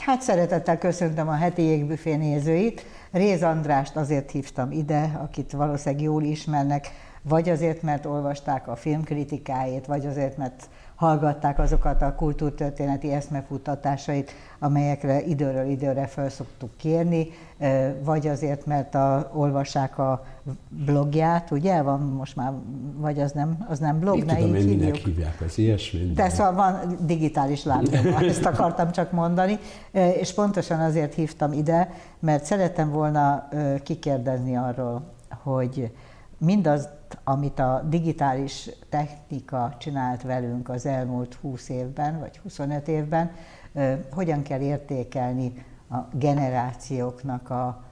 Hát szeretettel köszöntöm a heti jégbüfé nézőit. Réz Andrást azért hívtam ide, akit valószínűleg jól ismernek, vagy azért, mert olvasták a filmkritikáit, vagy azért, mert hallgatták azokat a kultúrtörténeti eszmefuttatásait, amelyekre időről időre fel szoktuk kérni, vagy azért, mert olvassák a blogját, ugye? Van most már, vagy az nem blog, ne így hívjuk. Minek hívják az ilyesmit. De szóval van digitális lábnyoma, ezt akartam csak mondani, és pontosan azért hívtam ide, mert szerettem volna kikérdezni arról, hogy mindazt, amit a digitális technika csinált velünk az elmúlt 20 évben, vagy 25 évben, hogyan kell értékelni a generációknak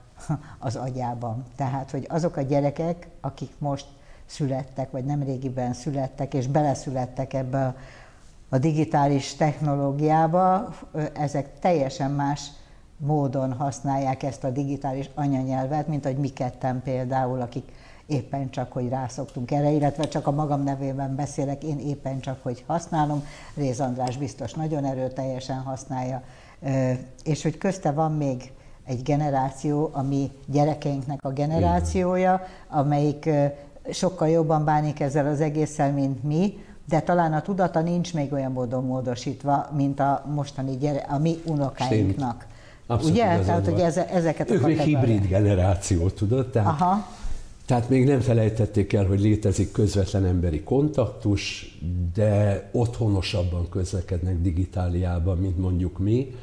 az agyában. Tehát, hogy azok a gyerekek, akik most születtek, vagy nemrégiben születtek, és beleszülettek ebbe a digitális technológiába, ezek teljesen más módon használják ezt a digitális anyanyelvet, mint hogy mi ketten például, akik éppen csak, hogy rászoktunk erre, illetve csak a magam nevében beszélek, én éppen csak, hogy használom, Réz András biztos nagyon erőteljesen használja, és hogy közte van még egy generáció, a mi gyerekeinknek a generációja, amelyik sokkal jobban bánik ezzel az egésszel, mint mi, de talán a tudata nincs még olyan módon módosítva, mint a mostani a mi unokáinknak. Abszolút. Ugye? Tehát, hogy ezeket ők még hibrid generáció, tudod? Tehát még nem felejtették el, hogy létezik közvetlen emberi kontaktus, de otthonosabban közlekednek digitáliában, mint mondjuk mi.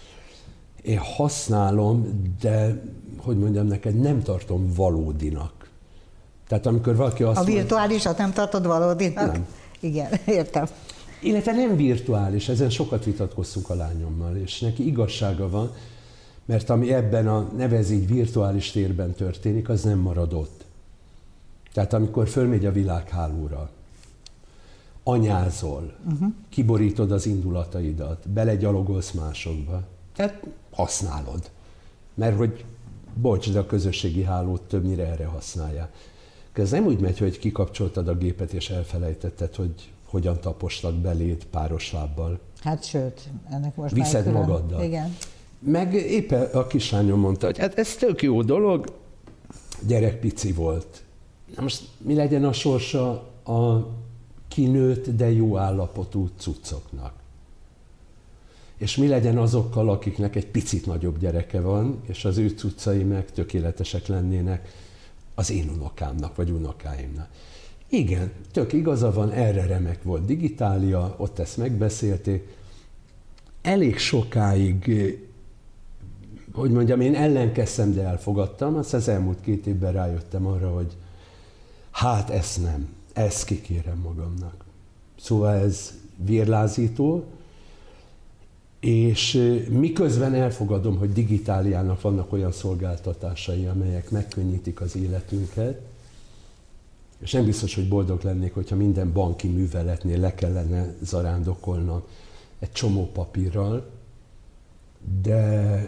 Én használom, de, hogy mondjam neked, nem tartom valódinak. Tehát amikor valaki azt mondja... A virtuálisat nem tartod valódinak? Nem. Igen, értem. Illetve nem virtuális, ezen sokat vitatkoztunk a lányommal, és neki igazsága van, mert ami ebben a nevez így virtuális térben történik, az nem marad ott. Tehát amikor fölmegy a világhálóra, anyázol, kiborítod az indulataidat, belegyalogolsz másokba, tehát használod. Mert hogy, bocs, de a közösségi hálót többnyire erre használják. Ez nem úgy megy, hogy kikapcsoltad a gépet és elfelejtetted, hogy hogyan tapostak beléd páros lábbal. Hát sőt, ennek most viszed már magaddal. Igen. Meg éppen a kislányom mondta, hogy hát ez tök jó dolog, gyerek pici volt. Na most mi legyen a sorsa a kinőtt, de jó állapotú cuccoknak? És mi legyen azokkal, akiknek egy picit nagyobb gyereke van, és az ő cuccai meg tökéletesek lennének az én unokámnak, vagy unokáimnak? Igen, tök igaza van, erre remek volt digitália, ott ezt megbeszélték. Elég sokáig, hogy mondjam, én ellenkeztem, de elfogadtam, azt az elmúlt 2 évben rájöttem arra, hogy hát ezt nem, ezt kikérem magamnak. Szóval ez vérlázító, és miközben elfogadom, hogy digitáliának vannak olyan szolgáltatásai, amelyek megkönnyítik az életünket, és nem biztos, hogy boldog lennék, hogyha minden banki műveletnél le kellene zarándokolnom egy csomó papírral, de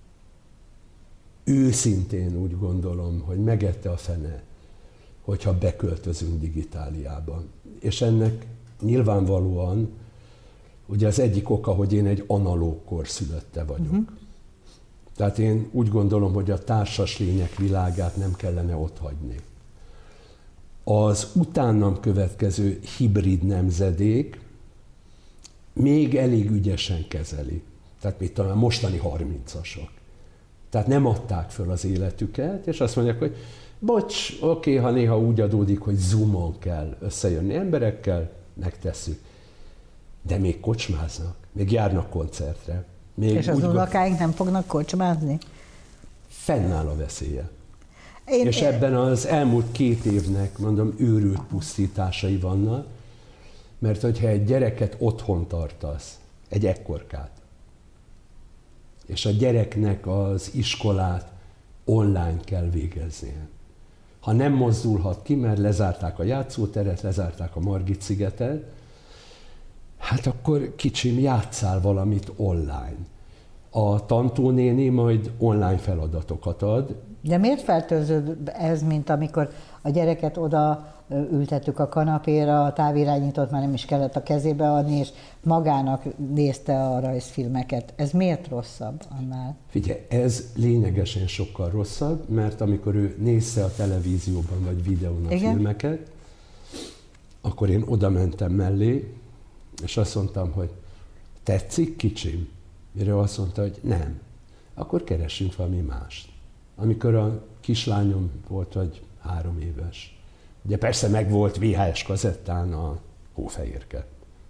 őszintén úgy gondolom, hogy megette a fene, hogyha beköltözünk digitáliába. És ennek nyilvánvalóan ugye az egyik oka, hogy én egy analóg korszülötte vagyok. Tehát én úgy gondolom, hogy a társas lények világát nem kellene otthagyni. Az utánam következő hibrid nemzedék még elég ügyesen kezeli. Tehát mit talán mostani 30-asok. Tehát nem adták föl az életüket, és azt mondják, hogy bocs, oké, ha néha úgy adódik, hogy Zoomon kell összejönni emberekkel, megtesszük. De még kocsmáznak, még járnak koncertre. Még és az unokáink nem fognak kocsmázni? Fennáll a veszélye. És ebben az elmúlt 2 évnek, mondom, őrült pusztításai vannak, mert hogyha egy gyereket otthon tartasz, egy ekkorkát, és a gyereknek az iskolát online kell végeznie. Ha nem mozdulhat ki, mert lezárták a játszóteret, lezárták a Margit-szigetet, hát akkor kicsim, játsszál valamit online. A tantónéni majd online feladatokat ad. De miért fertőző ez, mint amikor A gyereket oda ültettük a kanapéra, a távirányítót már nem is kellett a kezébe adni, és magának nézte a rajzfilmeket. Ez miért rosszabb annál? Figyelj, ez lényegesen sokkal rosszabb, mert amikor ő nézte a televízióban vagy videón a filmeket, akkor én oda mentem mellé, és azt mondtam, hogy tetszik, kicsim? Mire azt mondta, hogy nem. Akkor keressünk valami mást. Amikor a kislányom volt, vagy 3 éves, ugye persze meg volt VHS kazettán a Hófehérke.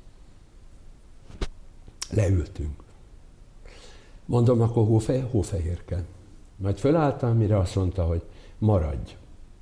Leültünk. Mondom, akkor Hófehérke. Majd fölálltam, mire azt mondta, hogy maradj.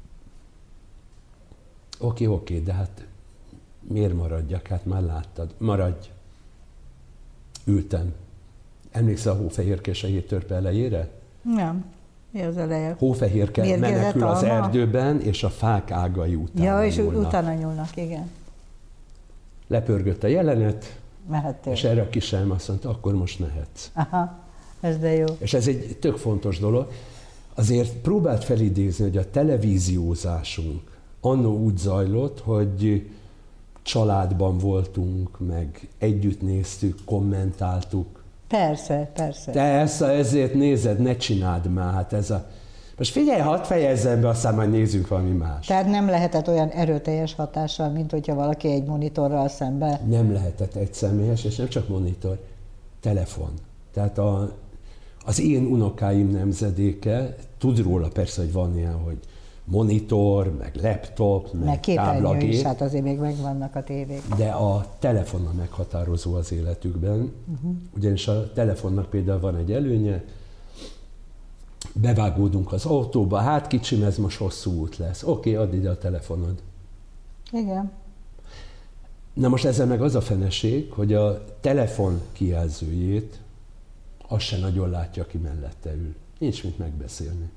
Oké, de hát miért maradjak? Hát már láttad. Maradj. Ültem. Emlékszel a Hófehérke és a 7 törpe elejére? Nem. Mi az eleje? Hófehérke menekül az erdőben, és a fák ágai utána és nyúlnak. utána nyúlnak, igen. Lepörgött a jelenet, Mehettél. És erre a kislány azt mondta, akkor most mehetsz. Aha, ez de jó. És ez egy tök fontos dolog. Azért próbáld felidézni, hogy a televíziózásunk annó úgy zajlott, hogy családban voltunk, meg együtt néztük, kommentáltuk. Persze. Te ezért nézed, ne csináld már, hát ez a... Most figyelj, hadd fejezzem be, aztán majd nézzünk valami más. Tehát nem lehetett olyan erőteljes hatással, mint hogyha valaki egy monitorral szembe... Nem lehetett egy személyes, és nem csak monitor, telefon. Tehát az én unokáim nemzedéke tud róla persze, hogy van ilyen, hogy monitor, meg laptop, meg táblagép. Is, hát azért még megvannak a tévék. De a telefon a meghatározó az életükben, ugyanis a telefonnak például van egy előnye, bevágódunk az autóba, hát kicsim, ez most hosszú út lesz. Oké, add ide a telefonod. Igen. Na most ezzel meg az a feneség, hogy a telefon kijelzőjét azt se nagyon látja, aki mellette ül. Nincs mit megbeszélni.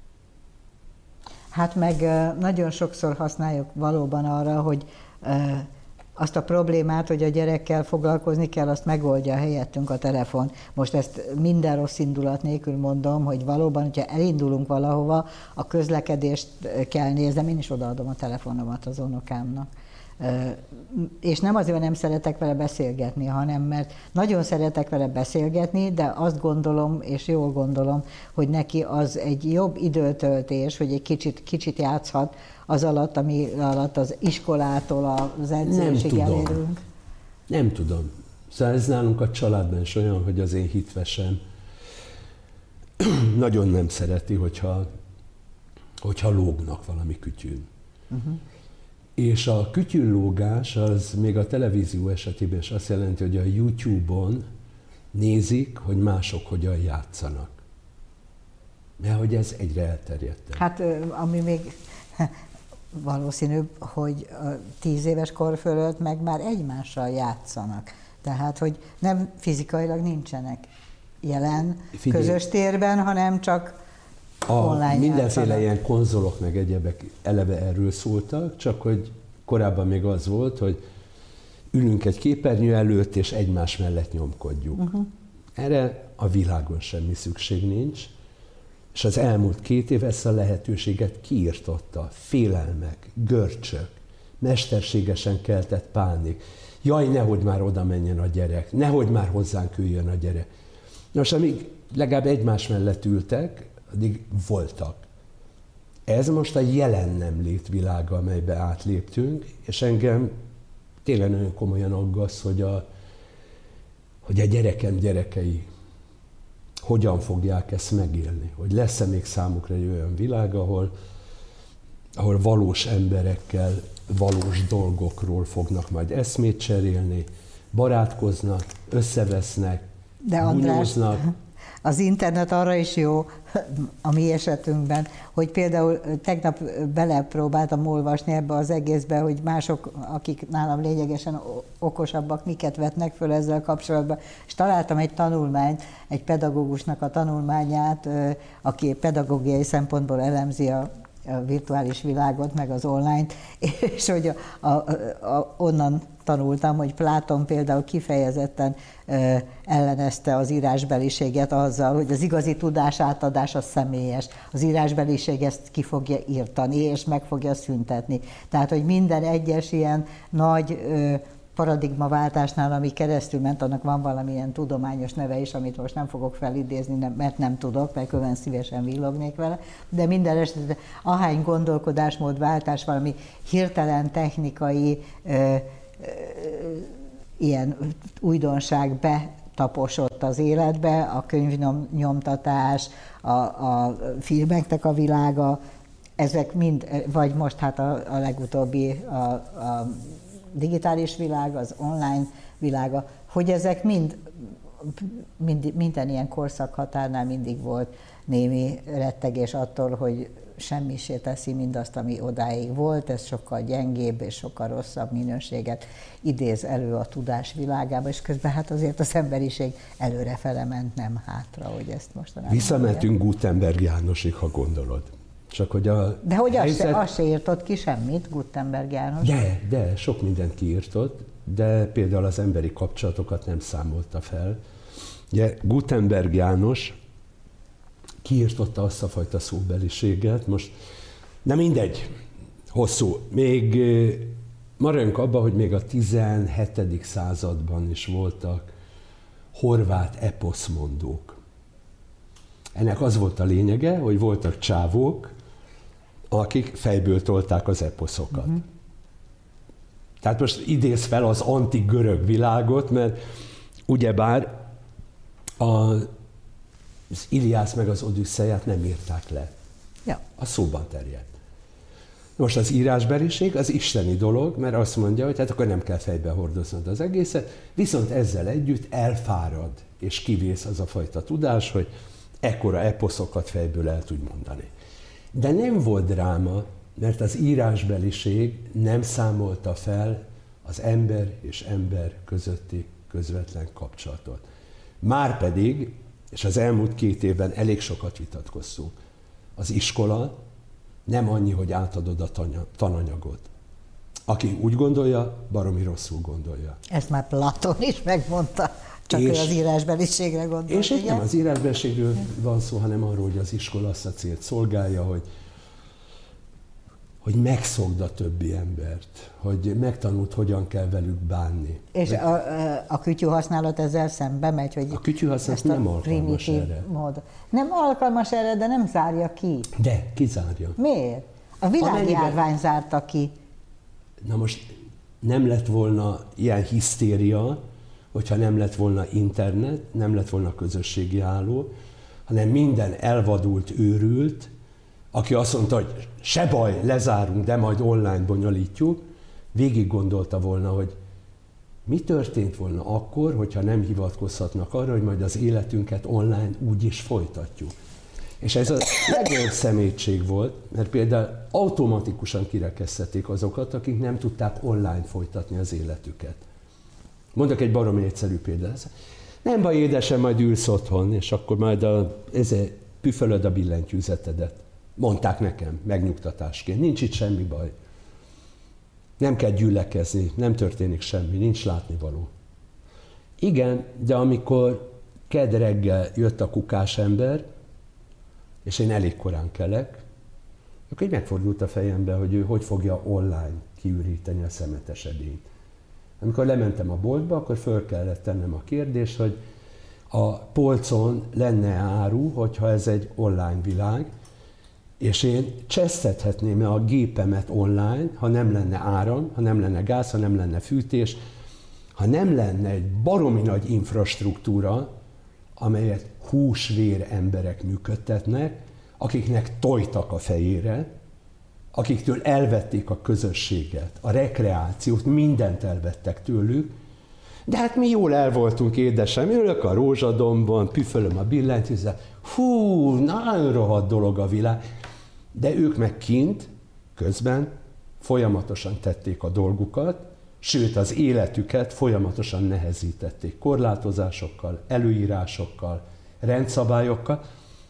Hát meg nagyon sokszor használjuk valóban arra, hogy azt a problémát, hogy a gyerekkel foglalkozni kell, azt megoldja helyettünk a telefon. Most ezt minden rossz indulat nélkül mondom, hogy valóban, hogyha elindulunk valahova, a közlekedést kell néznem, én is odaadom a telefonomat az unokámnak. És nem azért, nem szeretek vele beszélgetni, hanem mert nagyon szeretek vele beszélgetni, de azt gondolom, és jól gondolom, hogy neki az egy jobb időtöltés, hogy egy kicsit játszhat az alatt, ami alatt az iskolától az edzésig elérünk. Nem tudom. Szóval ez nálunk a családban is olyan, hogy az én hitvesem nagyon nem szereti, hogyha lógnak valami kütyűn. És a kütyűlógás az még a televízió esetében is azt jelenti, hogy a YouTube-on nézik, hogy mások hogyan játszanak. Mert hogy ez egyre elterjedtebb. Hát ami még valószínűbb, hogy 10 éves kor fölött meg már egymással játszanak. Tehát, hogy nem fizikailag nincsenek jelen közös térben, hanem csak online mindenféle játszanak. Ilyen konzolok meg egyebek eleve erről szóltak, csak hogy korábban még az volt, hogy ülünk egy képernyő előtt, és egymás mellett nyomkodjuk. Erre a világon semmi szükség nincs, és az elmúlt 2 év ezt a lehetőséget kiirtotta. Félelmek, görcsök, mesterségesen keltett pánik. Jaj, nehogy már oda menjen a gyerek, nehogy már hozzánk üljön a gyerek. Nos, amíg legalább egymás mellett ültek, addig voltak. Ez most a jelen nem lét világa, amelybe átléptünk, és engem tényleg nagyon komolyan aggaszt, hogy a gyerekem gyerekei hogyan fogják ezt megélni. Hogy lesz-e még számukra egy olyan világ, ahol valós emberekkel, valós dolgokról fognak majd eszmét cserélni, barátkoznak, összevesznek, bunyóznak. Az internet arra is jó, a mi esetünkben, hogy például tegnap belepróbáltam olvasni ebbe az egészbe, hogy mások, akik nálam lényegesen okosabbak, miket vetnek föl ezzel kapcsolatban, és találtam egy tanulmányt, egy pedagógusnak a tanulmányát, aki pedagógiai szempontból elemzi a virtuális világot, meg az online-t, és hogy onnan tanultam, hogy Pláton például kifejezetten ellenezte az írásbeliséget azzal, hogy az igazi tudás átadása személyes. Az írásbeliség ezt ki fogja írtani, és meg fogja szüntetni. Tehát, hogy minden egyes ilyen nagy paradigmaváltásnál, ami keresztül ment, annak van valamilyen tudományos neve is, amit most nem fogok felidézni, mert nem tudok, mert külön szívesen villognék vele, de minden esetben ahány gondolkodásmódváltás, valami hirtelen technikai ilyen újdonság betaposott az életbe, a könyvnyomtatás, a filmeknek a világa, ezek mind, vagy most hát a legutóbbi a digitális világ, az online világa, hogy ezek minden ilyen korszakhatárnál mindig volt némi rettegés attól, hogy semmisé teszi mindazt, ami odáig volt, ez sokkal gyengébb és sokkal rosszabb minőséget idéz elő a tudás világába, és közben hát azért az emberiség előrefele ment, nem hátra, hogy ezt mostanában... Visszamentünk Gutenberg Jánosig, ha gondolod. Csak hogy de hogy azt se írtott ki semmit, Gutenberg János? De, sok mindent kiírtott, de például az emberi kapcsolatokat nem számolta fel. Ugye Gutenberg János kiírtotta azt a fajta szóbeliséget, most nem mindegy, hosszú. Még maradjunk abban, hogy még a 17. században is voltak horvát eposzmondók. Ennek az volt a lényege, hogy voltak csávók, akik fejből tolták az eposzokat. Uh-huh. Tehát most idéz fel az antik görög világot, mert ugyebár az Iliász meg az Odüsszeiát nem írták le. Ja. A szóban terjedt. Most az írásbeliség az isteni dolog, mert azt mondja, hogy hát akkor nem kell fejbe hordoznod az egészet, viszont ezzel együtt elfárad és kivész az a fajta tudás, hogy ekkora eposzokat fejből el tud mondani. De nem volt dráma, mert az írásbeliség nem számolta fel az ember és ember közötti közvetlen kapcsolatot. Márpedig, és az elmúlt 2 évben elég sokat vitatkoztunk, az iskola nem annyi, hogy átadod a tananyagot. Aki úgy gondolja, baromi rosszul gondolja. Ezt már Platon is megmondta, csak ő az írásbeliségre gondolt. És igen? Nem az írásbeliségről van szó, hanem arról, hogy az iskola azt a célt szolgálja, hogy megszokd a többi embert, hogy megtanult, hogyan kell velük bánni. És a kütyű használat ezzel szembe megy, hogy a kütyű használat nem alkalmas erre. Mód. Nem alkalmas erre, de nem zárja ki. De, kizárja. Miért? A világjárvány zárta ki. Na most nem lett volna ilyen hisztéria, hogyha nem lett volna internet, nem lett volna közösségi háló, hanem minden elvadult, őrült, aki azt mondta, hogy se baj, lezárunk, de majd online bonyolítjuk, végig gondolta volna, hogy mi történt volna akkor, hogyha nem hivatkozhatnak arra, hogy majd az életünket online úgy is folytatjuk. És ez a legnagyobb szemétség volt, mert például automatikusan kirekesztették azokat, akik nem tudták online folytatni az életüket. Mondok egy baromi egyszerű példát. Nem baj, édesem, majd ülsz otthon, és akkor majd püfölöd a billentyűzetedet. Mondták nekem, megnyugtatásként. Nincs itt semmi baj. Nem kell gyülekezni, nem történik semmi, nincs látnivaló. Igen, de amikor kedd reggel jött a kukás ember, és én elég korán kelek, akkor így megfordult a fejembe, hogy ő hogy fogja online kiüríteni a szemetes edényt. Amikor lementem a boltba, akkor föl kellett tennem a kérdést, hogy a polcon lenne áru, hogyha ez egy online világ, és én csesztethetném a gépemet online, ha nem lenne áram, ha nem lenne gáz, ha nem lenne fűtés, ha nem lenne egy baromi nagy infrastruktúra, amelyet húsvér emberek működtetnek, akiknek tojtak a fejére, akiktől elvették a közösséget, a rekreációt, mindent elvettek tőlük, de hát mi jól el voltunk, édesem, ülök a rózsadombon, püfölöm a billentyűzetet, hú, nagyon rohadt dolog a világ. De ők meg kint, közben folyamatosan tették a dolgukat, sőt az életüket folyamatosan nehezítették korlátozásokkal, előírásokkal, rendszabályokkal.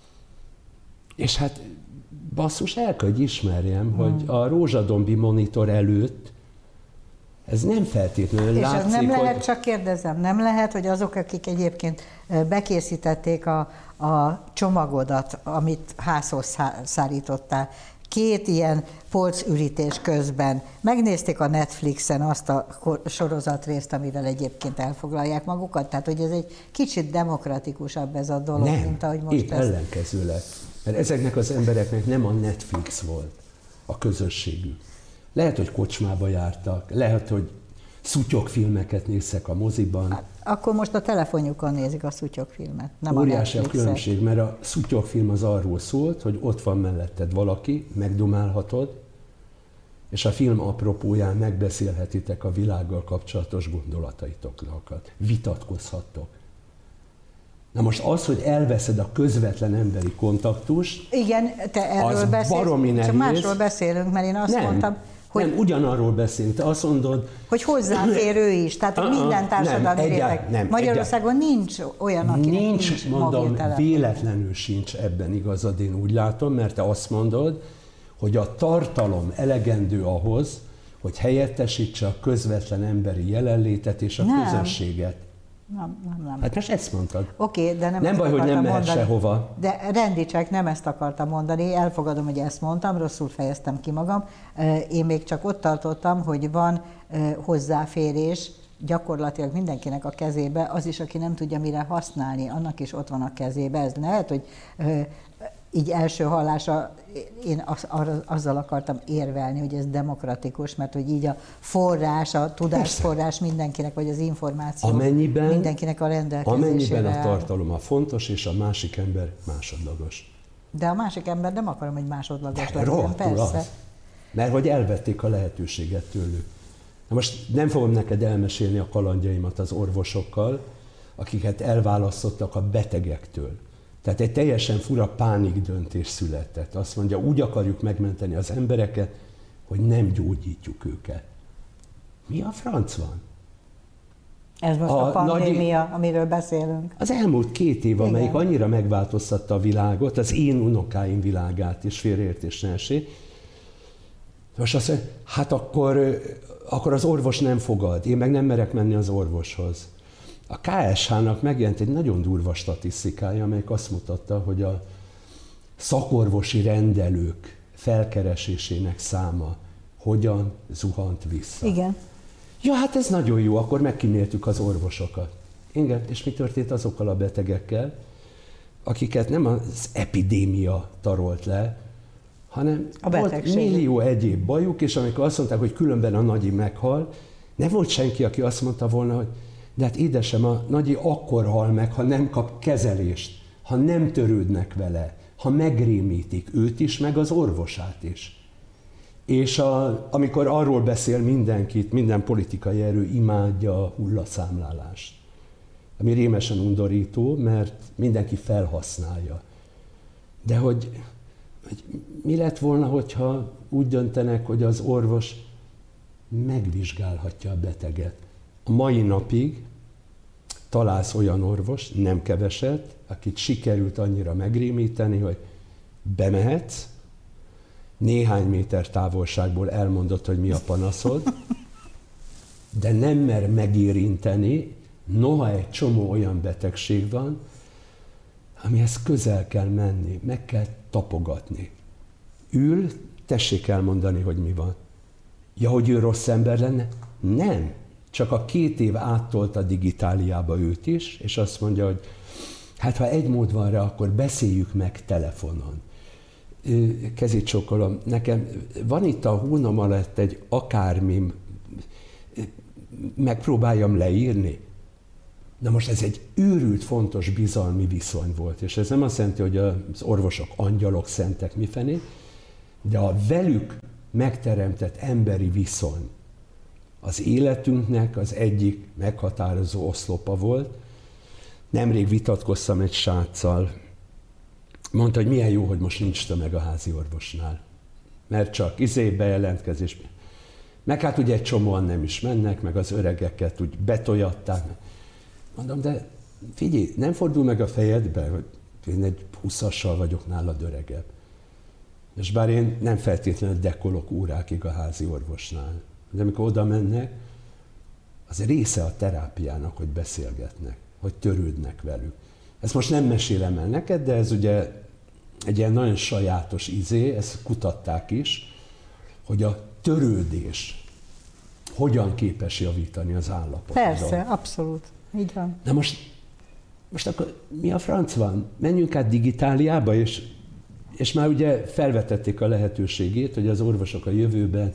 És hát basszus, el kell, hogy ismerjem, hogy a rózsadombi monitor előtt Ez nem feltétlenül és látszik, ez nem lehet, hogy... csak kérdezem, nem lehet, hogy azok, akik egyébként bekészítették a csomagodat, amit házhoz szállítottál, 2 ilyen polcürítés közben megnézték a Netflixen azt a sorozatrészt, amivel egyébként elfoglalják magukat, tehát hogy ez egy kicsit demokratikusabb ez a dolog, mint ahogy most épp ellenkezőleg. Mert ezeknek az embereknek nem a Netflix volt a közösségük. Lehet, hogy kocsmába jártak, lehet, hogy szutyokfilmeket néztek a moziban. Hát, akkor most a telefonjukon nézik a szutyokfilmet, nem óriási a a különbség, mert a szutyokfilm az arról szólt, hogy ott van melletted valaki, megdomálhatod, és a film apropóján megbeszélhetitek a világgal kapcsolatos gondolataitokat, vitatkozhattok. Na most az, hogy elveszed a közvetlen emberi kontaktust, igen, te erről beszélsz, csak másról beszélünk, mert én azt mondtam, hogy... Nem, ugyanarról beszélünk, te azt mondod... Hogy hozzáfér ő is, tehát hogy minden társadalmi réteg. Magyarországon nincs olyan, akinek nincs mondom, véletlenül sincs ebben igazad, én úgy látom, mert te azt mondod, hogy a tartalom elegendő ahhoz, hogy helyettesítse a közvetlen emberi jelenlétet és a közösséget. Nem. Hát most ezt mondtad. Oké, de nem baj, hogy nem mehet sehova. De rendítsek, nem ezt akartam mondani, elfogadom, hogy ezt mondtam, rosszul fejeztem ki magam. Én még csak ott tartottam, hogy van hozzáférés gyakorlatilag mindenkinek a kezébe, az is, aki nem tudja mire használni, annak is ott van a kezébe. Ez lehet, hogy így első hallásra én azzal akartam érvelni, hogy ez demokratikus, mert hogy így a forrás, a tudásforrás mindenkinek, vagy az információ mindenkinek a rendelkezésére. Amennyiben a tartalom a fontos, és a másik ember másodlagos. De a másik ember nem akarom, hogy másodlagos legyen, persze. Az. Mert hogy elvették a lehetőséget tőlük. Na most nem fogom neked elmesélni a kalandjaimat az orvosokkal, akiket elválasztottak a betegektől. Tehát egy teljesen fura pánikdöntés született. Azt mondja, úgy akarjuk megmenteni az embereket, hogy nem gyógyítjuk őket. Mi a franc van? Ez most a pandémia, amiről beszélünk. Az elmúlt 2 év, amelyik annyira megváltoztatta a világot, az én unokáim világát is, félreértés ne essék. Most azt mondja, hát akkor az orvos nem fogad, én meg nem merek menni az orvoshoz. A KSH-nak megjelent egy nagyon durva statisztikája, amelyik azt mutatta, hogy a szakorvosi rendelők felkeresésének száma hogyan zuhant vissza. Igen. Ja, hát ez nagyon jó, akkor megkíméltük az orvosokat. Igen, és mi történt azokkal a betegekkel, akiket nem az epidémia tarolt le, hanem volt millió egyéb bajuk, és amikor azt mondták, hogy különben a Nagyi meghal, nem volt senki, aki azt mondta volna, hogy de hát édesem, a Nagyi akkor hal meg, ha nem kap kezelést, ha nem törődnek vele, ha megrémítik őt is, meg az orvosát is. És amikor arról beszél mindenkit, minden politikai erő imádja a hullaszámlálást, ami rémesen undorító, mert mindenki felhasználja. De hogy mi lett volna, hogyha úgy döntenek, hogy az orvos megvizsgálhatja a beteget? A mai napig találsz olyan orvos, nem keveset, akit sikerült annyira megrémíteni, hogy bemehetsz, néhány méter távolságból elmondod, hogy mi a panaszod, de nem mer megérinteni, noha egy csomó olyan betegség van, amihez közel kell menni, meg kell tapogatni. Ül, tessék elmondani, hogy mi van. Ja, hogy ő rossz ember lenne? Nem. Csak a 2 év áttolta digitáliába őt is, és azt mondja, hogy hát ha egy mód van rá, akkor beszéljük meg telefonon. Kezét csókolom. Nekem van itt a hónom alatt egy akármim, megpróbáljam leírni. Na most ez egy őrült fontos bizalmi viszony volt, és ez nem azt jelenti, hogy az orvosok angyalok, szentek, mifené, de a velük megteremtett emberi viszony az életünknek az egyik meghatározó oszlopa volt. Nemrég vitatkoztam egy sráccal, mondta, hogy milyen jó, hogy most nincs tömeg a házi orvosnál, mert csak bejelentkezés. Meg hát ugye egy csomóan nem is mennek, meg az öregeket úgy betoljatták. Mondom, de figyelj, nem fordul meg a fejedbe, hogy én egy 20-assal vagyok nálad öregebb. És bár én nem feltétlenül dekolok órákig a házi orvosnál, de amikor oda mennek, az része a terápiának, hogy beszélgetnek, hogy törődnek velük. Ezt most nem mesélem el neked, de ez ugye egy ilyen nagyon sajátos izé, ezt kutatták is, hogy a törődés hogyan képes javítani az állapotot. Persze, abszolút. Így van. Na most akkor mi a franc van? Menjünk át digitáliába, és már ugye felvetették a lehetőségét, hogy az orvosok a jövőben,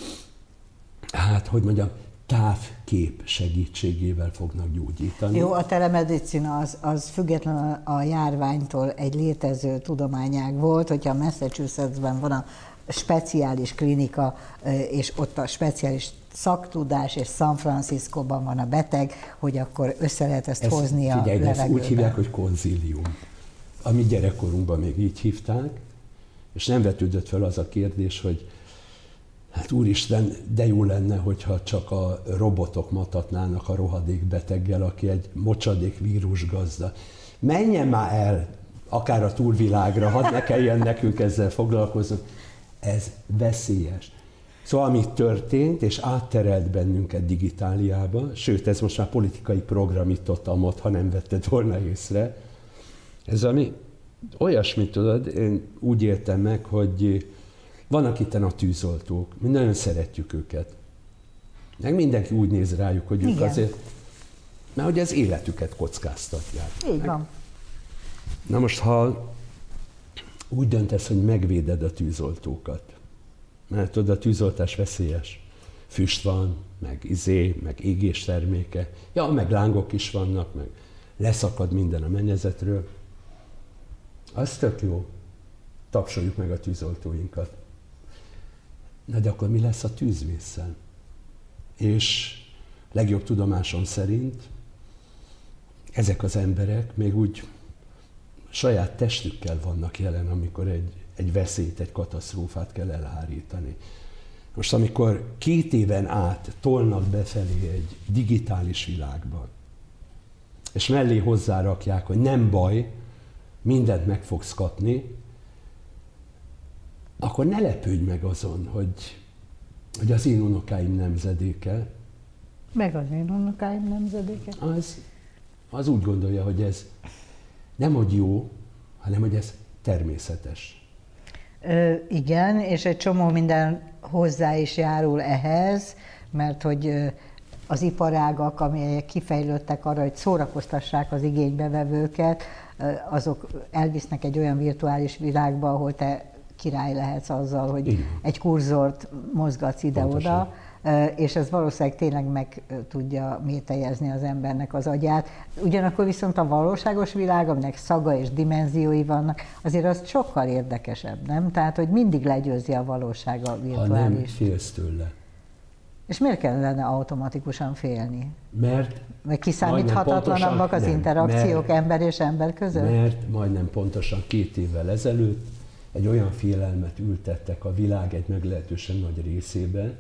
távkép segítségével fognak gyógyítani. Jó, a telemedicina az független a járványtól egy létező tudományág volt, hogyha Massachusettsben van a speciális klinika, és ott a speciális szaktudás, és San Franciscóban van a beteg, hogy akkor össze lehet ezt hozni a levegőben. Ezt úgy hívják, hogy konzílium. A mi gyerekkorunkban még így hívták, és nem vetődött fel az a kérdés, hogy hát úristen, de jó lenne, hogyha csak a robotok matatnának a rohadék beteggel, aki egy mocsadék vírusgazda. Menjen már el, akár a túlvilágra, hadd ne kelljen nekünk ezzel foglalkozni. Ez veszélyes. Szóval ami történt, és átterelt bennünket digitáliába, sőt, ez most már politikai program itt ott, ha nem vetted volna észre. Ez ami olyasmit, tudod, én úgy éltem meg, hogy vannak itten a tűzoltók, mi nagyon szeretjük őket. Meg mindenki úgy néz rájuk, hogy ők azért, mert hogy az életüket kockáztatják. Így van. Na most, ha úgy döntesz, hogy megvéded a tűzoltókat, mert tudod, a tűzoltás veszélyes. Füst van, meg égésterméke, meg lángok is vannak, meg leszakad minden a mennyezetről. Az tök jó. Tapsoljuk meg a tűzoltóinkat. Na de akkor mi lesz a tűzvésszel? És legjobb tudomásom szerint ezek az emberek még úgy saját testükkel vannak jelen, amikor egy veszélyt, egy katasztrófát kell elhárítani. Most amikor 2 éven át tolnak befelé egy digitális világba, és mellé hozzárakják, hogy nem baj, mindent meg fogsz kapni, akkor ne lepődj meg azon, hogy az én unokáim nemzedéke, meg az én unokáim nemzedéke, az úgy gondolja, hogy ez nem hogy jó, hanem hogy ez természetes. Igen, és egy csomó minden hozzá is járul ehhez, mert hogy az iparágak, amelyek kifejlődtek arra, hogy szórakoztassák az igénybevevőket, azok elvisznek egy olyan virtuális világba, ahol te király lehetsz azzal, hogy egy kurzort mozgatsz ide-oda, és ez valószínűleg tényleg meg tudja mételjezni az embernek az agyát. Ugyanakkor viszont a valóságos világ, aminek szaga és dimenziói vannak, azért az sokkal érdekesebb, nem? Tehát, hogy mindig legyőzi a valóság a virtuális. Ha nem félsz tőle. És miért kellene automatikusan félni? Mert vagy kiszámíthatatlanabbak az interakciók ember és ember között? Mert majdnem pontosan 2 évvel ezelőtt egy olyan félelmet ültettek a világ egy meglehetősen nagy részébe,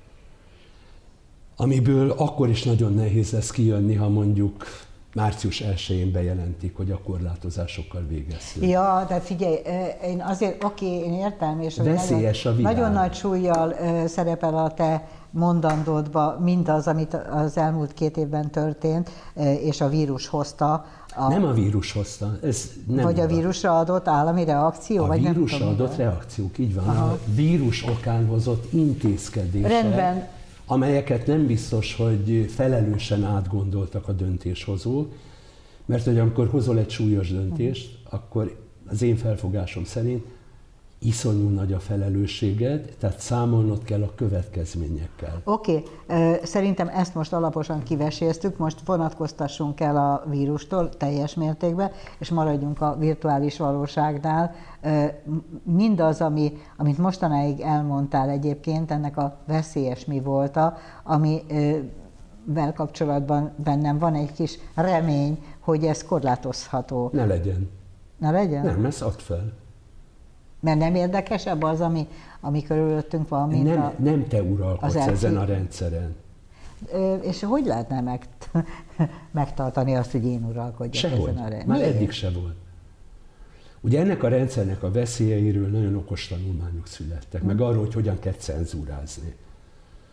amiből akkor is nagyon nehéz lesz kijönni, ha mondjuk március 1-én bejelentik, hogy a korlátozásokkal végeztünk. Ja, de figyelj, én azért, én értem, és veszélyes a világ. Nagyon nagy súllyal szerepel a te mondandódba mindaz, amit az elmúlt 2 évben történt, és a vírus hozta. Nem a vírus hozta, ez nem. Vagy a vírusra adott állami reakció? A vírusra adott reakciók, így van. Aha. A vírus okán hozott intézkedések. Rendben. Amelyeket nem biztos, hogy felelősen átgondoltak a döntéshozók, mert hogy amikor hozol egy súlyos döntést, akkor az én felfogásom szerint iszonyú nagy a felelősséged, tehát számolnod kell a következményekkel. Oké, szerintem ezt most alaposan kiveséztük, most vonatkoztassunk el a vírustól teljes mértékben, és maradjunk a virtuális valóságnál. Mindaz, amit mostanáig elmondtál egyébként, ennek a veszélyes mi volta, amivel kapcsolatban bennem van egy kis remény, hogy ez korlátozható. Ne legyen. Ne legyen? Nem, ezt add fel. Mert nem érdekesebb az, ami körülöttünk van, mint nem te uralkodsz ezen a rendszeren. És hogy lehetne megtartani azt, hogy én uralkodjak ezen a rendszeren? Már eddig se volt. Ugye ennek a rendszernek a veszélyeiről nagyon okos tanulmányok születtek, meg arról, hogy hogyan kell cenzúrázni.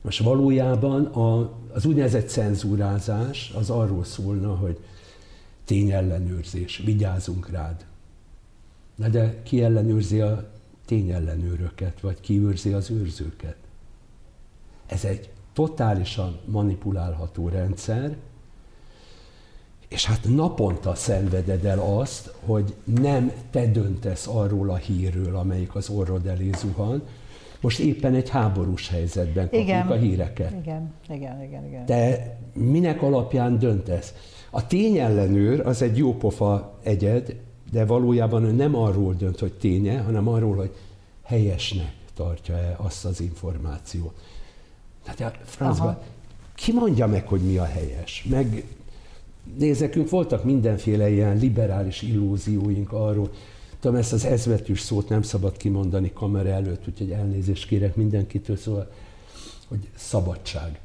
Most valójában az úgynevezett cenzúrázás az arról szólna, hogy tényellenőrzés, vigyázzunk rád. Na de ki ellenőrzi a tényellenőröket, vagy ki őrzi az őrzőket? Ez egy totálisan manipulálható rendszer, és hát naponta szenveded el azt, hogy nem te döntesz arról a hírről, amelyik az orrod elé zuhan. Most éppen egy háborús helyzetben kapjuk a híreket. Igen. Te minek alapján döntesz? A tényellenőr az egy jópofa egyed, de valójában ő nem arról dönt, hogy ténye, hanem arról, hogy helyesnek tartja-e azt az információt. Tehát francban, ki mondja meg, hogy mi a helyes? Meg nekünk voltak mindenféle ilyen liberális illúzióink arról, tudom, ezt az ezbetűs szót nem szabad kimondani kamera előtt, úgyhogy elnézést kérek mindenkitől, szóval, hogy szabadság.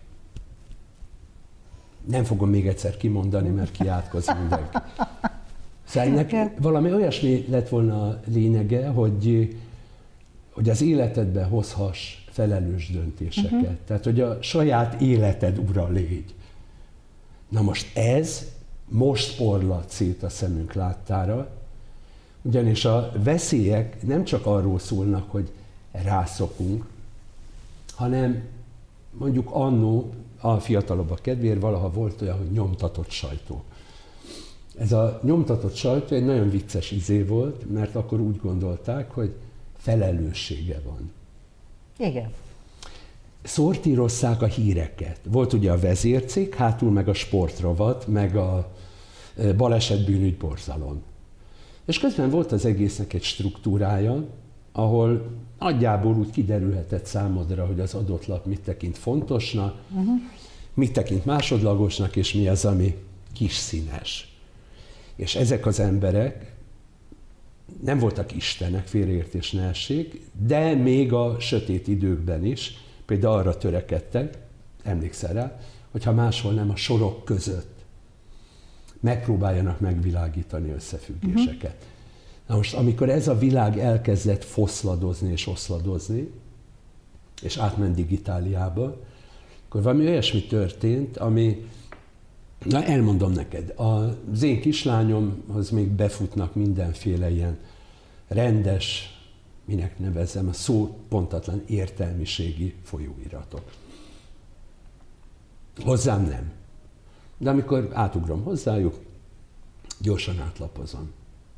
Nem fogom még egyszer kimondani, mert kiátkozik mindenki. Szóval ennek valami olyasmi lett volna a lényege, hogy az életedben hozhass felelős döntéseket. Tehát, hogy a saját életed ura légy. Na most ez most porlad szét a szemünk láttára, ugyanis a veszélyek nem csak arról szólnak, hogy rászokunk, hanem mondjuk annó a fiatalabbak kedvéért valaha volt olyan, hogy nyomtatott sajtó. Ez a nyomtatott sajtó egy nagyon vicces izé volt, mert akkor úgy gondolták, hogy felelőssége van. Igen. Szortírozzák a híreket. Volt ugye a vezércikk, hátul meg a sportrovat, meg a balesetbűnügy borzalom. És közben volt az egésznek egy struktúrája, ahol nagyjából úgy kiderülhetett számodra, hogy az adott lap mit tekint fontosnak, mit tekint másodlagosnak, és mi az, ami kis színes. És ezek az emberek nem voltak istenek, félreértés ne essék, de még a sötét időkben is például arra törekedtek, emlékszel rá, hogyha máshol nem a sorok között megpróbáljanak megvilágítani összefüggéseket. Na most, amikor ez a világ elkezdett foszladozni és oszladozni, és átment digitáliába, akkor valami olyasmi történt, ami, na elmondom neked, az én kislányomhoz még befutnak mindenféle ilyen rendes, minek nevezzem, a szó pontatlan értelmiségi folyóiratok. Hozzám nem. De amikor átugrom hozzájuk, gyorsan átlapozom.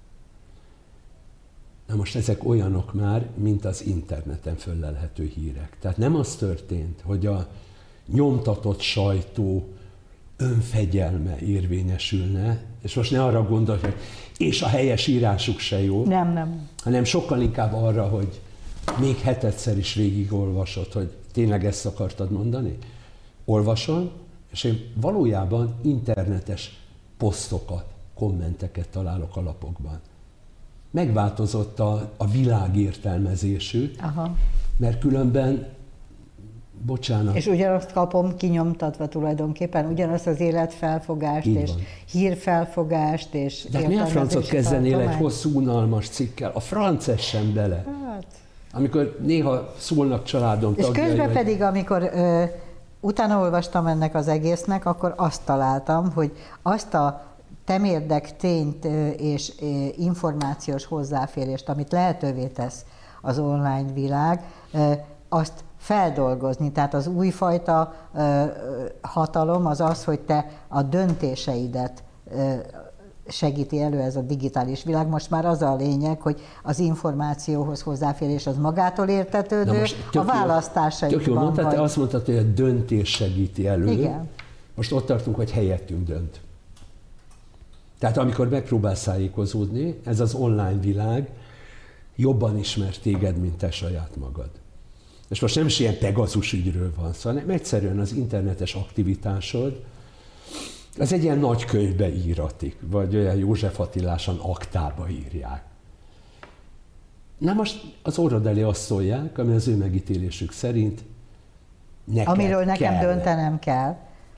Na most ezek olyanok már, mint az interneten föllelhető hírek. Tehát nem az történt, hogy a nyomtatott sajtó önfegyelme érvényesülne, és most ne arra gondolj, hogy és a helyes írásuk se jó, Nem. hanem sokkal inkább arra, hogy még hetedszer is végigolvasod, hogy tényleg ezt akartad mondani. Olvasom, és én valójában internetes posztokat, kommenteket találok a lapokban. Megváltozott a világ értelmezésük, mert különben, bocsánat. És ugyanazt kapom kinyomtatva tulajdonképpen, ugyanazt az életfelfogást, Így és van. hírfelfogást, és De mi a francot kezdenél egy tartomány? hosszú, unalmas cikkel? A franc essen bele. Hát. Amikor néha szólnak családom És tagjai, közben hogy pedig, amikor utána olvastam ennek az egésznek, akkor azt találtam, hogy azt a temérdek tényt és információs hozzáférést, amit lehetővé tesz az online világ, azt feldolgozni. Tehát az újfajta hatalom az az, hogy te a döntéseidet segíti elő ez a digitális világ. Most már az a lényeg, hogy az információhoz hozzáférés az magától értetődő, a választásaidban tök jó mondtad, vagy. te azt mondtad, hogy a döntés segíti elő. Igen. Most ott tartunk, hogy helyettünk dönt. Tehát amikor megpróbálsz tájékozódni, ez az online világ jobban ismer téged, mint te saját magad. És most nem is ilyen Pegazus ügyről van szó, hanem egyszerűen az internetes aktivitásod, az egy ilyen nagy könyvbe íratik, vagy olyan József Attilásan aktába írják. Na most az orrod elé azt szólják, ami az ő megítélésük szerint neked Amiről nekem kell. döntenem kell.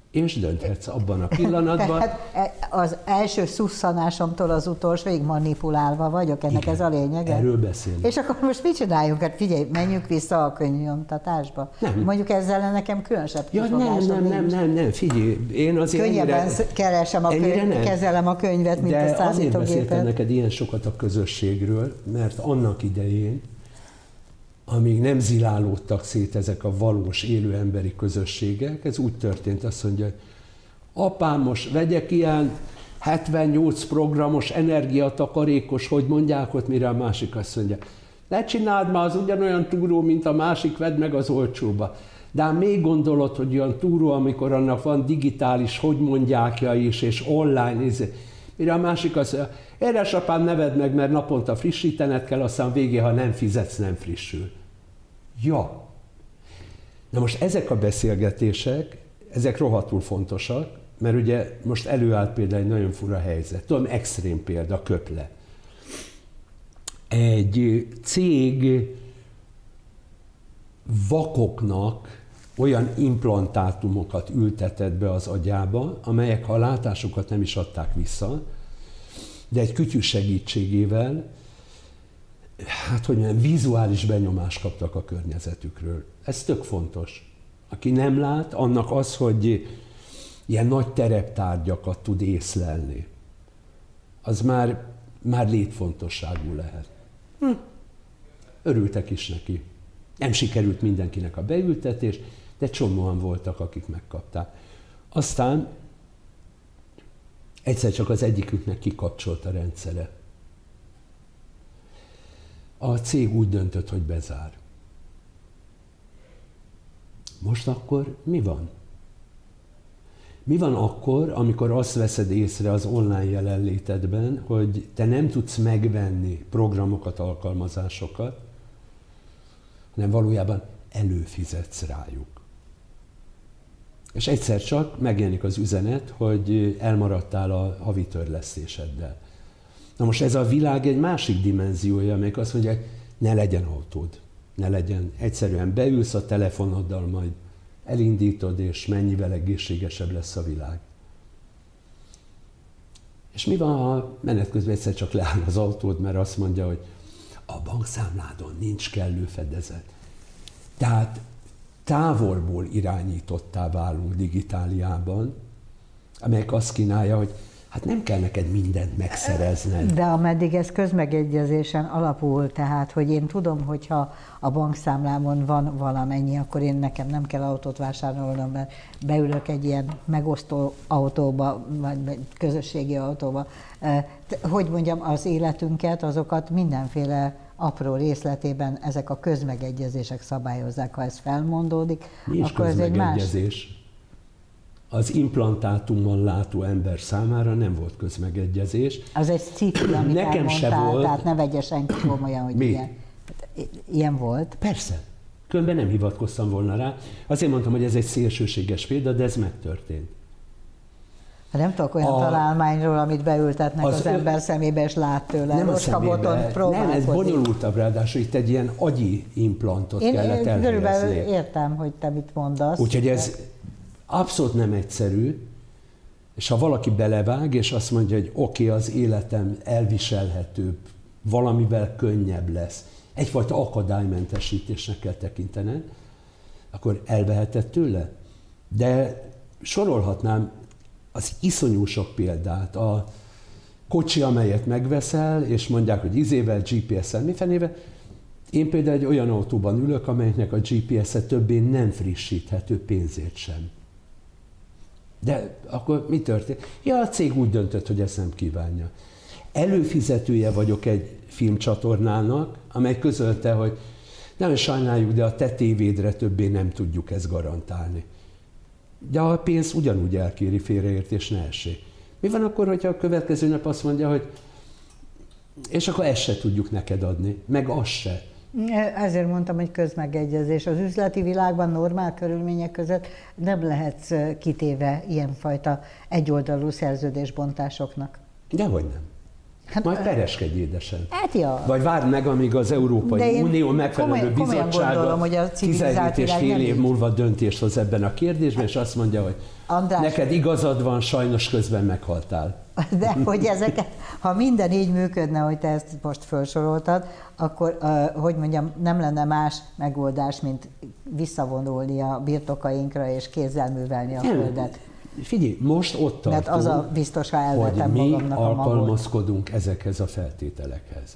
és dönthetsz abban a pillanatban. Tehát az első szusszanásomtól az utolsóig manipulálva vagyok, ennek igen, ez a lényege? Erről beszélünk. És akkor most mit csináljunk? Hát figyelj, menjünk vissza a könyvnyomtatásba. Nem. Mondjuk ezzel nekem különösebb kifogásom nem, figyelj, én azért könnyebben keresem kezelem a könyvet, mint de a számítógépet. De azért beszéltem neked ilyen sokat a közösségről, mert annak idején, amíg nem zilálódtak szét ezek a valós élő emberi közösségek, ez úgy történt, azt mondja, hogy apám, most vegyek ilyen 78 programos, energiatakarékos, hogy mondják ott, mire a másik azt mondja, ne csináld már, az ugyanolyan túró, mint a másik, vedd meg az olcsóba. De hát még gondolod, hogy olyan túró, amikor annak van digitális, hogy mondjákja is, és online, mire a másik azt mondja, édesapám, ne vedd meg, mert naponta frissítened kell, aztán végén, ha nem fizetsz, nem frissül. Ja. Na most ezek a beszélgetések, ezek rohadtul fontosak, mert ugye most előállt például egy nagyon fura helyzet. Tudom, extrém példa, Köple. Egy cég vakoknak olyan implantátumokat ültetett be az agyába, amelyek ha a látásukat nem is adták vissza, de egy kütyű segítségével, hát hogy mondjam, vizuális benyomást kaptak a környezetükről. Ez tök fontos. Aki nem lát, annak az, hogy ilyen nagy tereptárgyakat tud észlelni, az már létfontosságú lehet. Örültek is neki. Nem sikerült mindenkinek a beültetés, de csomóan voltak, akik megkapták. Aztán egyszer csak az egyiküknek kikapcsolt a rendszere. A cég úgy döntött, hogy bezár. Most akkor mi van? Mi van akkor, amikor azt veszed észre az online jelenlétedben, hogy te nem tudsz megvenni programokat, alkalmazásokat, hanem valójában előfizetsz rájuk. És egyszer csak megjelenik az üzenet, hogy elmaradtál a havi törlesztéseddel. Na most ez a világ egy másik dimenziója, amelyik azt mondja, hogy ne legyen autód, ne legyen. Egyszerűen beülsz a telefonoddal, majd elindítod, és mennyivel egészségesebb lesz a világ. És mi van, ha menet közben egyszer csak leáll az autód, mert azt mondja, hogy a bankszámládon nincs kellő fedezet. Tehát távolból irányítottá válunk digitáliában, amelyik azt kínálja, hogy hát nem kell neked mindent megszerezned. De ameddig ez közmegegyezésen alapul, tehát, hogy én tudom, hogyha a bankszámlámon van valamennyi, akkor nekem nem kell autót vásárolnom, mert beülök egy ilyen megosztó autóba, vagy közösségi autóba. Hogy mondjam, az életünket, azokat mindenféle apró részletében ezek a közmegegyezések szabályozzák. Ha ez felmondódik, akkor ez egy más... Az implantátumon látó ember számára nem volt közmegegyezés. Az egy sci-fi, amit nekem se volt. Tehát ne vegye senki komolyan, hogy ilyen volt. Persze. Különben nem hivatkoztam volna rá. Azért mondtam, hogy ez egy szélsőséges példa, de ez megtörtént. Nem tudok olyan találmányról, amit beültetnek az ember szemébe, és lát tőle. Nem a szemébe. Nem, ez bonyolultabb, ráadásul itt egy ilyen agyi implantot kellett elhelyezni. Én körülbelül értem, hogy te mit mondasz. Úgyhogy ez abszolút nem egyszerű, és ha valaki belevág, és azt mondja, hogy oké, az életem elviselhetőbb, valamivel könnyebb lesz, egyfajta akadálymentesítésnek kell tekintened, akkor elveheted tőle. De sorolhatnám az iszonyú sok példát. A kocsi, amelyet megveszel, és mondják, hogy izével, GPS-el, mi fenével. Én például egy olyan autóban ülök, amelynek a GPS-e többé nem frissíthető pénzért sem. De akkor mi történt? Ja, a cég úgy döntött, hogy ezt nem kívánja. Előfizetője vagyok egy filmcsatornának, amely közölte, hogy nem sajnáljuk, de a te tévédre többé nem tudjuk ezt garantálni. De a pénz ugyanúgy elkéri, félreértés ne essék. Mi van akkor, hogyha a következő nap azt mondja, hogy és akkor ezt se tudjuk neked adni, meg azt se. Ezért mondtam, hogy közmegegyezés. Az üzleti világban normál körülmények között nem lehetsz kitéve ilyenfajta egyoldalú szerződésbontásoknak. Dehogy nem. Majd pereskedj édesen. Hát jó. Vagy várd meg, amíg az Európai Unió megfelelő bizottsága 17 és fél év múlva döntést hoz ebben a kérdésben, és azt mondja, hogy András, neked igazad van, sajnos közben meghaltál. De hogy ezeket, ha minden így működne, hogy te ezt most felsoroltad, akkor, hogy mondjam, nem lenne más megoldás, mint visszavonulni a birtokainkra és kézzel művelni a földet. Figyelj, most ott tartunk, mert az a biztos, ha elvetem hogy mi magamnak a magot. alkalmazkodunk ezekhez a feltételekhez.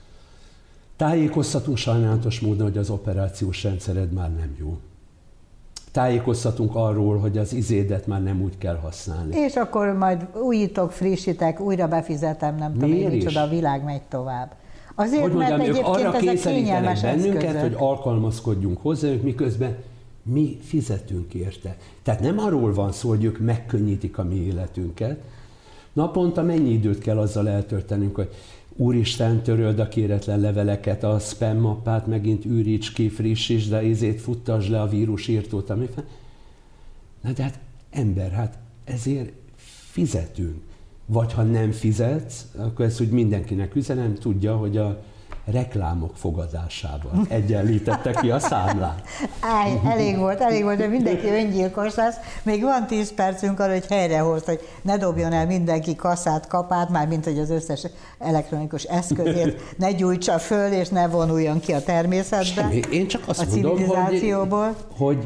Tájékoztatunk sajnálatos módon, hogy az operációs rendszered már nem jó. Tájékoztatunk arról, hogy az izédet már nem úgy kell használni. És akkor majd újítok, frissítek, újra befizetem, nem tudom én, micsoda, a világ megy tovább. Azért, hogy mondjam, mert egyébként arra kényelmes bennünket, eszközök. hogy alkalmazkodjunk hozzájuk, miközben mi fizetünk érte. Tehát nem arról van szó, hogy ők megkönnyítik a mi életünket. Naponta mennyi időt kell azzal eltöltenünk, hogy úristen, töröld a kéretlen leveleket, a spam mappát megint űríts ki, frissítsd, de izét futtasd le a vírusírtót, ami fel. Na de hát ember, hát ezért fizetünk. Vagy ha nem fizetsz, akkor ezt úgy mindenkinek üzenem, tudja, hogy a reklámok fogadásával egyenlítette ki a számlát. Elég volt, de mindenki öngyilkos lesz. Még van 10 percünk arra, hogy helyrehozd, hogy ne dobjon el mindenki kasszát, kapát, mármint hogy az összes elektronikus eszközét ne gyújtsa föl, és ne vonuljon ki a természetbe. Semmi. Én csak azt mondom, hogy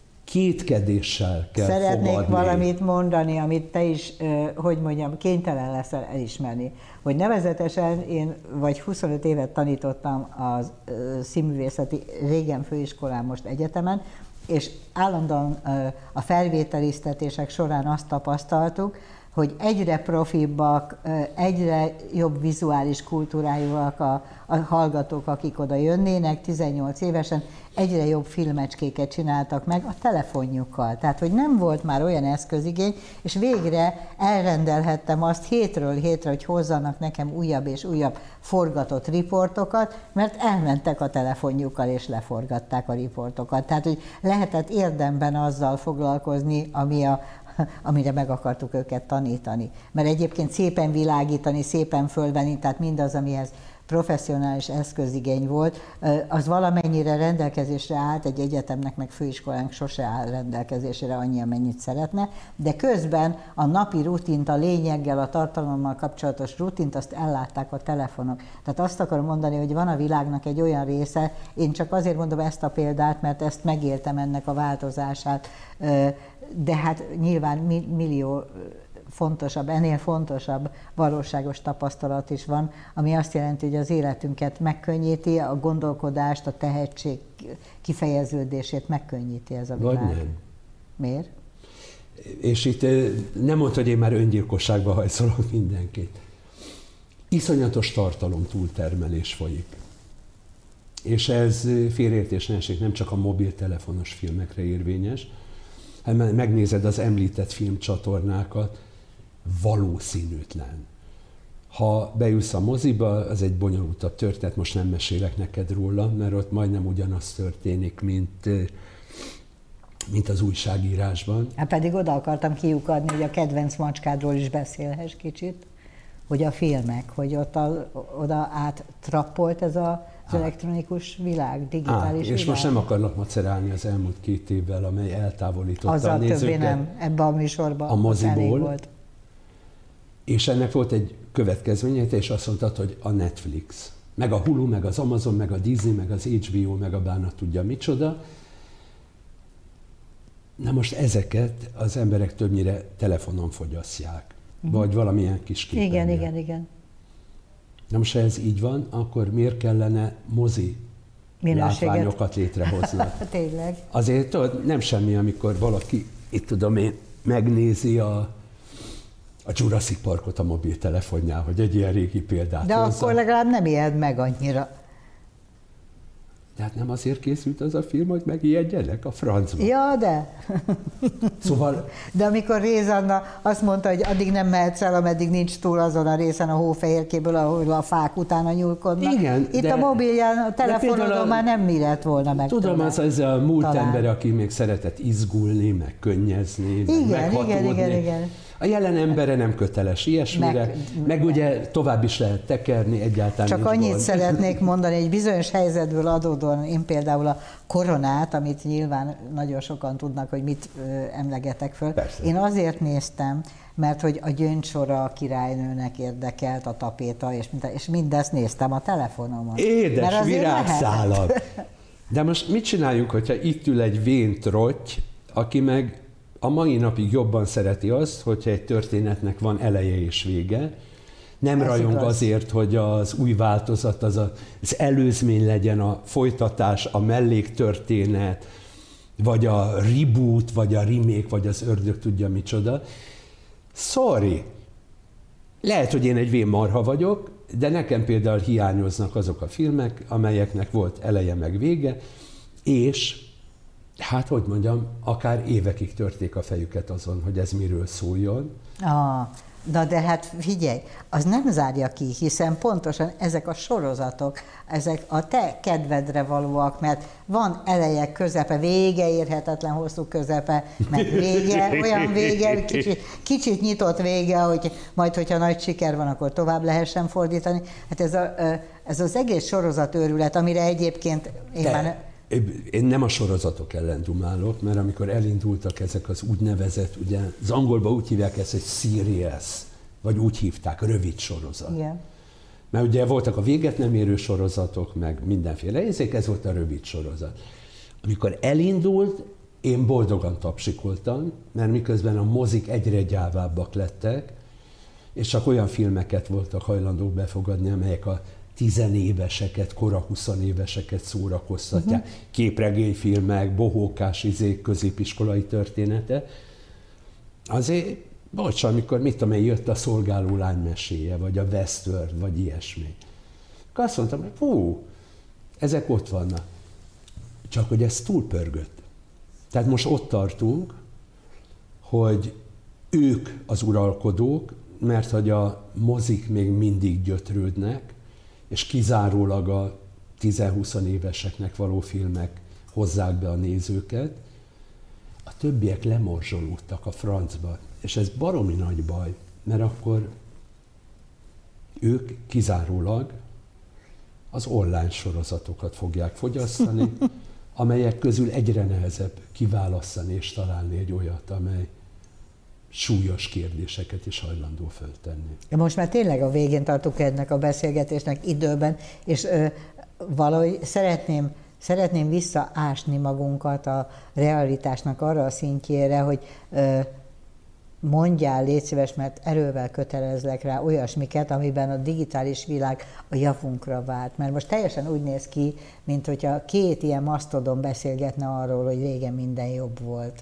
kétkedéssel kell Szeretnék fogadni. valamit mondani, amit te is, hogy mondjam, kénytelen leszel elismerni. Hogy nevezetesen én vagy 25 évet tanítottam a színművészeti, régen főiskolán, most egyetemen, és állandóan a felvételiztetések során azt tapasztaltuk, hogy egyre profibbak, egyre jobb vizuális kultúrájúak a hallgatók, akik oda jönnének, 18 évesen, egyre jobb filmecskéket csináltak meg a telefonjukkal. Tehát, hogy nem volt már olyan eszközigény, és végre elrendelhettem azt hétről hétre, hogy hozzanak nekem újabb és újabb forgatott riportokat, mert elmentek a telefonjukkal és leforgatták a riportokat. Tehát, hogy lehetett érdemben azzal foglalkozni, amire meg akartuk őket tanítani. Mert egyébként szépen világítani, szépen fölvenni, tehát mindaz, amihez professzionális eszközigény volt, az valamennyire rendelkezésre állt, egy egyetemnek meg főiskolánk sose áll rendelkezésére annyi, amennyit szeretne, de közben a napi rutint, a lényeggel, a tartalommal kapcsolatos rutint, azt ellátták a telefonok. Tehát azt akarom mondani, hogy van a világnak egy olyan része, én csak azért mondom ezt a példát, mert ezt megéltem ennek a változását, de hát nyilván millió fontosabb, ennél fontosabb valóságos tapasztalat is van, ami azt jelenti, hogy az életünket megkönnyíti, a gondolkodást, a tehetség kifejeződését megkönnyíti ez a világ. Vagy nem. Miért? És itt nem mondta, hogy én már öngyilkosságba hajszolok mindenkit. Iszonyatos tartalom túltermelés folyik. És ez félreértés ne esik, nem csak a mobiltelefonos filmekre érvényes, hanem megnézed az említett filmcsatornákat, valószínűtlen. Ha beülsz a moziba, az egy bonyolultabb történet, most nem mesélek neked róla, mert ott majdnem ugyanaz történik, mint az újságírásban. Hát pedig oda akartam kiukadni, hogy a kedvenc macskádról is beszélhess kicsit, hogy a filmek, hogy oda áttrappolt ez az elektronikus világ, digitális világ. És most nem akarnak macerálni az elmúlt 2 évvel, amely eltávolította azzal a nézőket. Többé nem, ebben a műsorban a moziból, volt. És ennek volt egy következménye, és azt mondtad, hogy a Netflix, meg a Hulu, meg az Amazon, meg a Disney, meg az HBO, meg a bánat tudja micsoda. Na most ezeket az emberek többnyire telefonon fogyasztják, vagy valamilyen kis képernyőn. Igen. Na most, ha ez így van, akkor miért kellene mozi látványokat létrehoznak? Tényleg. Azért tudod, nem semmi, amikor valaki, itt tudom én, megnézi a Jurassic Parkot a mobiltelefonján, hogy egy ilyen régi példát de hozzá. Akkor legalább nem ijed meg annyira. De hát nem azért készült az a film, hogy megijedjenek a francba. Ja, de. Szóval... De amikor Réz Anna azt mondta, hogy addig nem mehetsz el, ameddig nincs túl azon a részen a hófehérkéből, ahol a fák utána nyúlkodnak. Igen, itt a mobilján, a telefonodon már nem mi lett volna meg. Tudom, az a múlt ember, aki még szeretett izgulni, meg könnyezni, meg meghatódni. Igen. A jelen embere nem köteles ilyesmire, meg ugye tovább is lehet tekerni, egyáltalán csak annyit szeretnék mondani, egy bizonyos helyzetből adódóan, én például a Koronát, amit nyilván nagyon sokan tudnak, hogy mit emlegetek föl, Persze. Én azért néztem, mert hogy a Gyöngysora a királynőnek érdekelt, a tapéta, és mindezt néztem a telefonomon. Édes virágszálak! De most mit csináljuk, hogyha itt ül egy vén trotty, aki meg a mai napig jobban szereti azt, hogyha egy történetnek van eleje és vége, nem ez rajong igaz. Azért, hogy az új változat az előzmény legyen, a folytatás, a melléktörténet, vagy a reboot, vagy a remake, vagy az ördög tudja micsoda. Sorry! Lehet, hogy én egy vénmarha vagyok, de nekem például hiányoznak azok a filmek, amelyeknek volt eleje meg vége, és hát, hogy mondjam, akár évekig törték a fejüket azon, hogy ez miről szóljon. Na de hát figyelj, az nem zárja ki, hiszen pontosan ezek a sorozatok, ezek a te kedvedre valóak, mert van eleje, közepe, vége, érhetetlen hosszú közepe, meg vége, olyan vége, kicsit nyitott vége, hogy majd, hogyha nagy siker van, akkor tovább lehessen fordítani. Hát ez az egész sorozatőrület, amire egyébként én nem a sorozatok ellen dumálok, mert amikor elindultak ezek az úgynevezett, ugye az angolban úgy hívják ezt, hogy series, vagy úgy hívták, rövid sorozat. Igen. Mert ugye voltak a véget nem érő sorozatok, meg mindenféle ezek, ez volt a rövid sorozat. Amikor elindult, én boldogan tapsikoltam, mert miközben a mozik egyre gyávábbak lettek, és csak olyan filmeket voltak hajlandók befogadni, amelyek a 10 éveseket, kora 20 éveseket szórakoztatják. Képregényfilmek, bohókás középiskolai története. Azért, amikor mit tudom én, jött a Szolgáló lány meséje, vagy a Westworld, vagy ilyesmi. Akkor azt mondtam, hogy ezek ott vannak. Csak hogy ez túlpörgött. Tehát most ott tartunk, hogy ők az uralkodók, mert hogy a mozik még mindig gyötrődnek, és kizárólag a 10-20 éveseknek való filmek hozzák be a nézőket, a többiek lemorzsolódtak a francba. És ez baromi nagy baj, mert akkor ők kizárólag az online sorozatokat fogják fogyasztani, amelyek közül egyre nehezebb kiválasztani és találni egy olyat, amely súlyos kérdéseket is hajlandó föltenni. Most már tényleg a végén tartunk ennek a beszélgetésnek időben, és valahogy szeretném visszaásni magunkat a realitásnak arra a szintjére, hogy mondjál, légy szíves, mert erővel kötelezlek rá olyasmiket, amiben a digitális világ a javunkra vált. Mert most teljesen úgy néz ki, mint hogyha két ilyen masztodon beszélgetne arról, hogy régen minden jobb volt.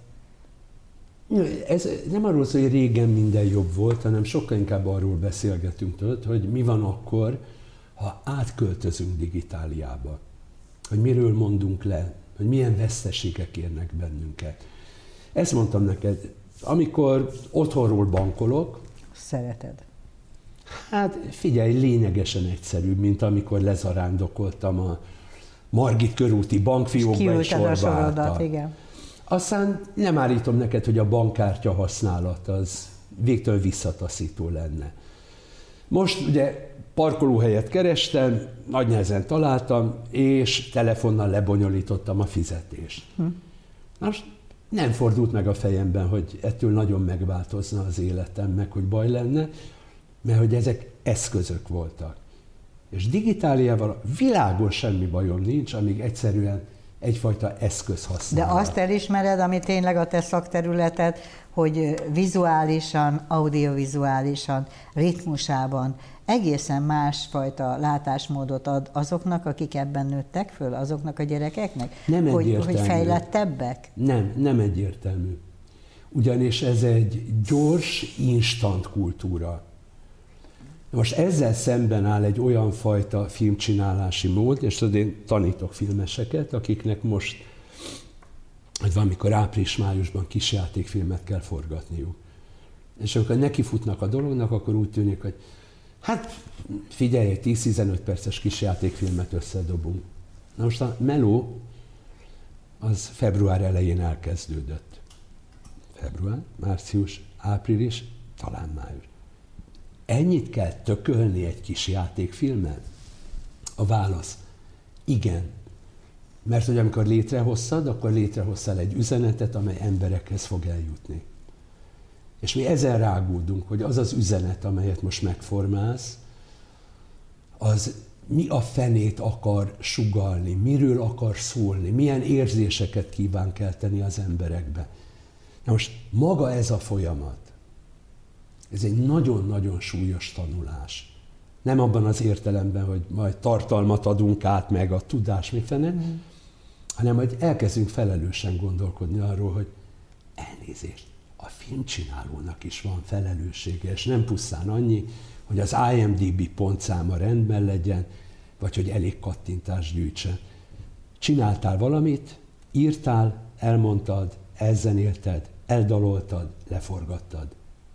Ez nem arról szól, hogy régen minden jobb volt, hanem sokkal inkább arról beszélgetünk, hogy mi van akkor, ha átköltözünk digitáliába. Hogy miről mondunk le, hogy milyen veszteségek érnek bennünket. Ezt mondtam neked, amikor otthonról bankolok. Szereted. Hát figyelj, lényegesen egyszerűbb, mint amikor lezarándokoltam a Margit körúti bankfiókba és sorba álltam. Igen. Aztán nem állítom neked, hogy a bankkártya használat az végtől visszataszító lenne. Most ugye parkolóhelyet kerestem, nagy nehezen találtam, és telefonnal lebonyolítottam a fizetést. Most nem fordult meg a fejemben, hogy ettől nagyon megváltozna az életem, meg hogy baj lenne, mert hogy ezek eszközök voltak. És digitáliával világos semmi bajom nincs, amíg egyszerűen egyfajta eszköz használat. De azt elismered, ami tényleg a te szakterületed, hogy vizuálisan, audiovizuálisan, ritmusában egészen másfajta látásmódot ad azoknak, akik ebben nőttek föl, azoknak a gyerekeknek? Nem egyértelmű. Hogy fejlettebbek? Nem egyértelmű. Ugyanis ez egy gyors, instant kultúra. Most ezzel szemben áll egy olyan fajta filmcsinálási mód, és tudod, én tanítok filmeseket, akiknek most, hogy valamikor április-májusban kisjátékfilmet kell forgatniuk. És amikor nekifutnak a dolognak, akkor úgy tűnik, hogy hát figyelj, egy 10-15 perces kisjátékfilmet összedobunk. Na most a meló az február elején elkezdődött. Február, március, április, talán május. Ennyit kell tökölni egy kis játékfilmen? A válasz, igen. Mert hogy amikor létrehoztad, akkor létrehoztál egy üzenetet, amely emberekhez fog eljutni. És mi ezen rágódunk, hogy az az üzenet, amelyet most megformálsz, az mi a fenét akar sugallni, miről akar szólni, milyen érzéseket kíván kelteni az emberekbe. Na most maga ez a folyamat, ez egy nagyon-nagyon súlyos tanulás. Nem abban az értelemben, hogy majd tartalmat adunk át, meg a tudás mifene, hanem hogy elkezdünk felelősen gondolkodni arról, hogy elnézést, a filmcsinálónak is van felelőssége, és nem pusztán annyi, hogy az IMDb pontszáma rendben legyen, vagy hogy elég kattintást gyűjtsen. Csináltál valamit, írtál, elmondtad, elzenélted, eldaloltad, leforgattad.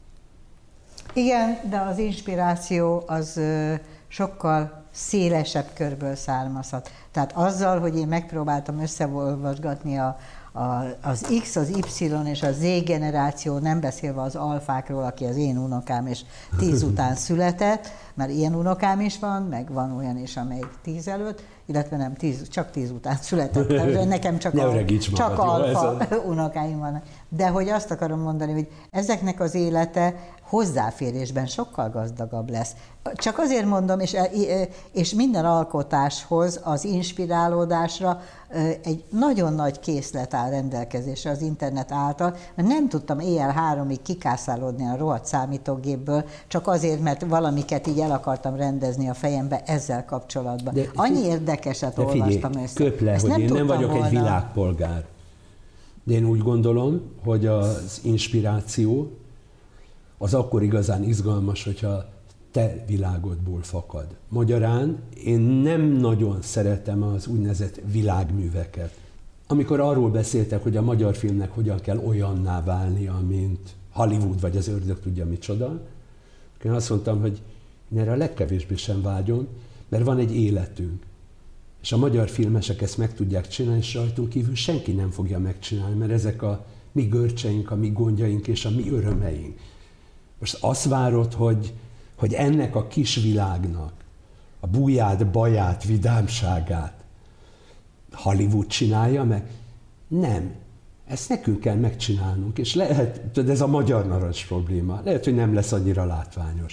Igen, de az inspiráció az sokkal szélesebb körből származhat. Tehát azzal, hogy én megpróbáltam összeolvasgatni az X, az Y és a Z generáció, nem beszélve az alfákról, aki az én unokám, és 10 után született, mert ilyen unokám is van, meg van olyan is, amelyik 10 előtt, illetve nem 10, csak 10 után született. Nekem csak alfa unokáim vannak. De hogy azt akarom mondani, hogy ezeknek az élete hozzáférésben sokkal gazdagabb lesz. Csak azért mondom, és minden alkotáshoz, az inspirálódásra egy nagyon nagy készlet áll rendelkezésre az internet által, mert nem tudtam éjjel 3-ig kikászálódni a rohadt számítógépből, csak azért, mert valamiket így el akartam rendezni a fejembe ezzel kapcsolatban. Annyi érdekeset olvastam össze. Köp le, hogy én nem vagyok egy világpolgár. De én úgy gondolom, hogy az inspiráció az akkor igazán izgalmas, hogyha te világodból fakad. Magyarán én nem nagyon szeretem az úgynevezett világműveket. Amikor arról beszéltek, hogy a magyar filmnek hogyan kell olyanná válnia, mint Hollywood vagy az ördög tudja micsoda, én azt mondtam, hogy én erre a legkevésbé sem vágyom, mert van egy életünk. És a magyar filmesek ezt meg tudják csinálni, és rajtunk kívül senki nem fogja megcsinálni, mert ezek a mi görcseink, a mi gondjaink és a mi örömeink. Most azt várod, hogy ennek a kis világnak a buját, baját, vidámságát Hollywood csinálja meg? Nem. Ezt nekünk kell megcsinálnunk, és lehet, tudod, ez a magyar narancs probléma, lehet, hogy nem lesz annyira látványos.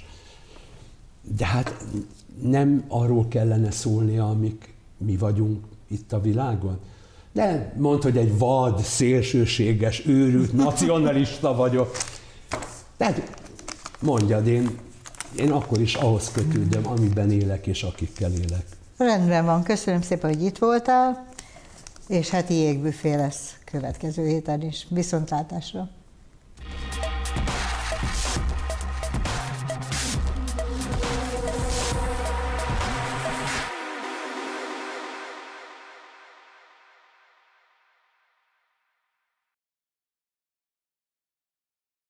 De hát nem arról kellene szólnia, amik mi vagyunk itt a világon. De mondd, hogy egy vad, szélsőséges, őrült, nacionalista vagyok. Tehát mondjad, én akkor is ahhoz kötődöm, amiben élek és akikkel élek. Rendben van, köszönöm szépen, hogy itt voltál, és hát jégbüfé lesz következő héten is. Viszontlátásra!